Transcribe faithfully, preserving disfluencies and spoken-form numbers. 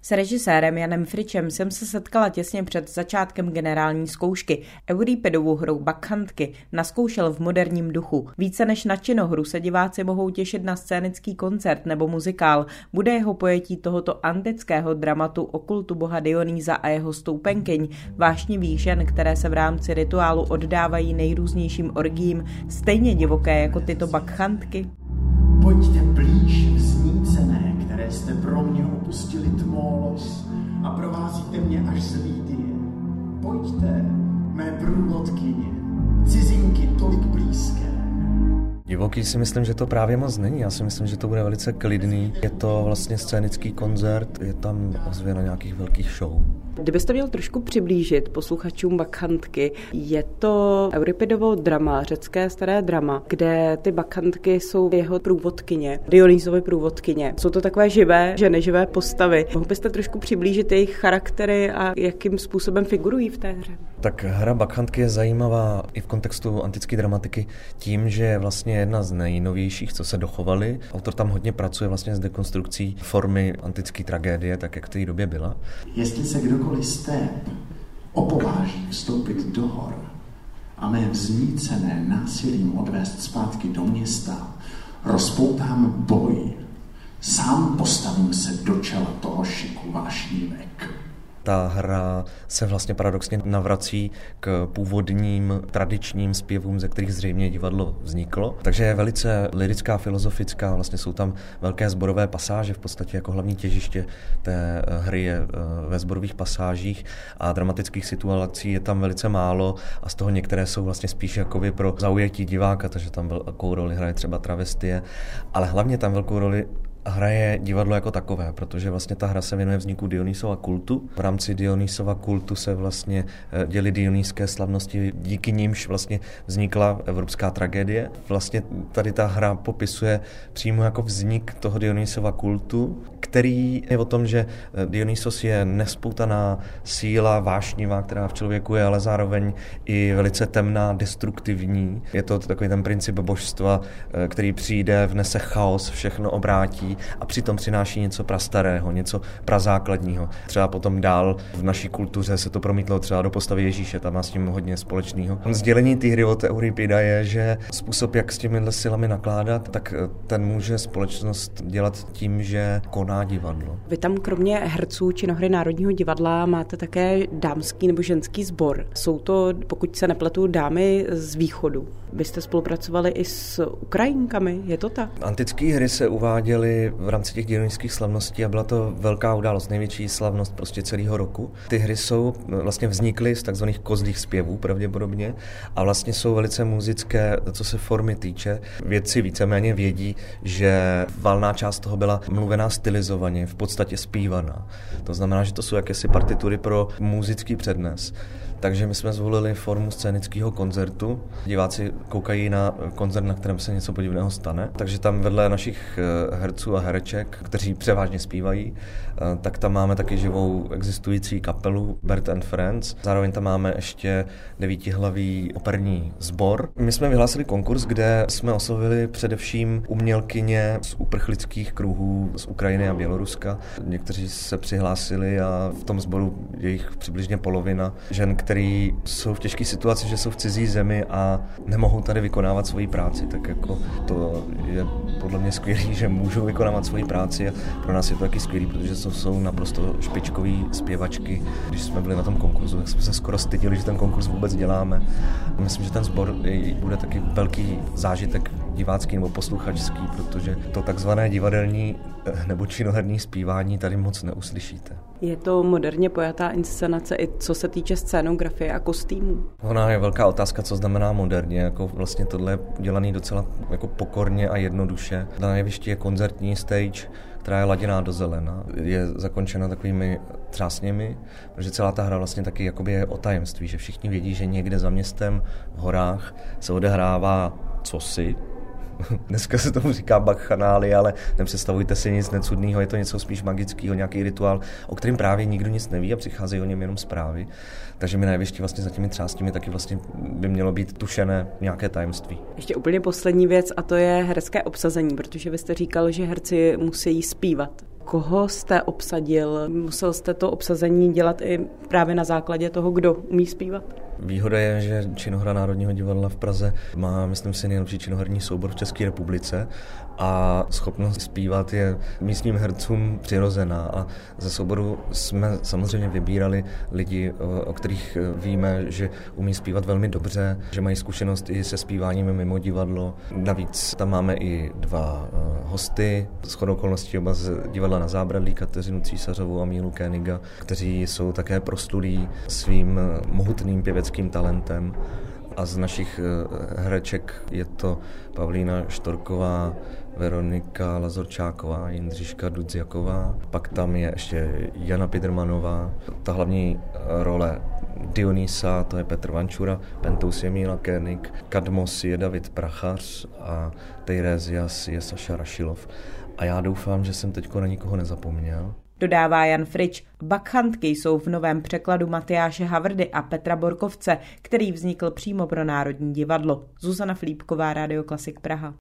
S režisérem Janem Fričem jsem se setkala těsně před začátkem generální zkoušky. Euripidovu hru Bakchantky nazkoušel v moderním duchu. Více než na činohru se diváci mohou těšit na scénický koncert nebo muzikál. Bude jeho pojetí tohoto antického dramatu o kultu boha Dionýsa a jeho stoupenkyň, vášnivých žen, které se v rámci rituálu oddávají nejrůznějším orgiím, stejně divoké jako tyto bakchantky? Pojďte blíž, vznícené, které jste pro mě opustili tmólos a provázíte mě až z Lídie. Pojďte, mé průvodkyně, cizinky tolik blízké. Divoký si myslím, že to právě moc není. Já si myslím, že to bude velice klidný. Je to vlastně scénický koncert, je tam ozvěna nějakých velkých show. Kdybyste měl trošku přiblížit posluchačům Bakchantky, je to Euripidovo drama, řecké staré drama, kde ty Bakchantky jsou jeho průvodkyně, Dionýsovy průvodkyně. Jsou to takové živé ženy, živé postavy. Mohl byste trošku přiblížit jejich charaktery a jakým způsobem figurují v té hře? Tak hra Bakchantky je zajímavá i v kontextu antické dramatiky tím, že je vlastně jedna z nejnovějších, co se dochovaly. Autor tam hodně pracuje vlastně s dekonstrukcí formy antické tragédie, tak jak v té době byla. Jestli se kdokoliv z tép opováží vstoupit do hor a mé vznícené násilím odvést zpátky do města, rozpoutám boj, sám postavím se do čela toho šiku vášnivek. Ta hra se vlastně paradoxně navrací k původním tradičním zpěvům, ze kterých zřejmě divadlo vzniklo. Takže je velice lyrická, filozofická, vlastně jsou tam velké sborové pasáže, v podstatě jako hlavní těžiště té hry je ve sborových pasážích a dramatických situací je tam velice málo a z toho některé jsou vlastně spíš jakoby pro zaujetí diváka, takže tam velkou roli hraje třeba travestie, ale hlavně tam velkou roli hraje divadlo jako takové, protože vlastně ta hra se věnuje vzniku Dionýsova kultu. V rámci Dionýsova kultu se vlastně děly dionýské slavnosti, díky nimž vlastně vznikla evropská tragédie. Vlastně tady ta hra popisuje přímo jako vznik toho Dionýsova kultu, který je o tom, že Dionýsos je nespoutaná síla vášnivá, která v člověku je, ale zároveň i velice temná, destruktivní. Je to takový ten princip božstva, který přijde, vnese chaos, všechno obrátí a přitom přináší něco prastarého, něco prazákladního. Třeba potom dál v naší kultuře se to promítlo třeba do postavy Ježíše, tam má s tím hodně společného. Sdělení té hry od Euripida je, že způsob, jak s těmihle silami nakládat, tak ten může společnost dělat tím, že koná divadlo. Vy tam kromě herců činohry Národního divadla máte také dámský nebo ženský sbor. Jsou to, pokud se nepletu, dámy z východu. Vy jste spolupracovali i s Ukrajinkami, je to tak? Antické hry se uváděly v rámci těch dionýských slavností a byla to velká událost, největší slavnost prostě celého roku. Ty hry jsou vlastně vznikly z takzvaných kozlých zpěvů pravděpodobně a vlastně jsou velice muzické, co se formy týče. Vědci víceméně vědí, že valná část toho byla mluvená stylizovaně, v podstatě zpívaná. To znamená, že to jsou jakési partitury pro muzický přednes. Takže my jsme zvolili formu scénického koncertu. Diváci koukají na koncert, na kterém se něco podivného stane. Takže tam vedle našich herců a hereček, kteří převážně zpívají, tak tam máme taky živou existující kapelu Bert and Friends. Zároveň tam máme ještě devítihlavý operní sbor. My jsme vyhlásili konkurs, kde jsme oslovili především umělkyně z uprchlických kruhů z Ukrajiny a Běloruska. Někteří se přihlásili a v tom sboru je jich přibližně polovina žen, který jsou v těžké situaci, že jsou v cizí zemi a nemohou tady vykonávat svoji práci. Tak jako to je podle mě skvělý, že můžou vykonávat svoji práci a pro nás je to taky skvělý, protože to jsou naprosto špičkový zpěvačky. Když jsme byli na tom konkurzu, tak jsme se skoro stydili, že ten konkurs vůbec děláme. Myslím, že ten sbor bude taky velký zážitek divácký nebo posluchačský, protože to takzvané divadelní nebo činoherní zpívání tady moc neuslyšíte. Je to moderně pojatá inscenace i co se týče scénografie a kostýmů? Ona je velká otázka, co znamená moderně. Jako vlastně tohle je dělaný docela jako pokorně a jednoduše. Na jevišti je koncertní stage, která je laděná do zelena. Je zakončena takovými třásněmi, protože celá ta hra vlastně taky jakoby je o tajemství, že všichni vědí, že někde za městem v horách se odehrává cosi. Dneska se tomu říká bakchanály, ale nepředstavujte si nic necudného, je to něco spíš magického, nějaký rituál, o kterém právě nikdo nic neví a přicházejí o něm jenom zprávy. Takže mi na jevišti vlastně za těmi třástěmi taky vlastně by mělo být tušené nějaké tajemství. Ještě úplně poslední věc a to je herecké obsazení, protože vy jste říkal, že herci musí zpívat. Koho jste obsadil? Musel jste to obsazení dělat i právě na základě toho, kdo umí zpívat? Výhoda je, že Činohra Národního divadla v Praze má, myslím si, nejlepší činoherní soubor v České republice a schopnost zpívat je místním hercům přirozená a ze souboru jsme samozřejmě vybírali lidi, o kterých víme, že umí zpívat velmi dobře, že mají zkušenost i se zpíváním mimo divadlo. Navíc tam máme i dva hosty, shodou okolností oba z divadla Na zábradlí, Kateřinu Císařovou a Mílu Kéniga, kteří jsou také proslulí svým mohutným pěveckým talentem. A z našich hereček je to Pavlína Štorková, Veronika Lazorčáková, Jindřiška Dudziaková, pak tam je ještě Jana Pidrmanová. Ta hlavní role Dionýsa, to je Petr Vančura, Pentous je Míla Kénik, Kadmos je David Prachař a Tejrézias je Saša Rašilov. A já doufám, že jsem teďko na nikoho nezapomněl. Dodává Jan Frič. Bakhantky jsou v novém překladu Matyáše Havrdy a Petra Borkovce, který vznikl přímo pro Národní divadlo. Zuzana Flípková, Rádio Klasik Praha.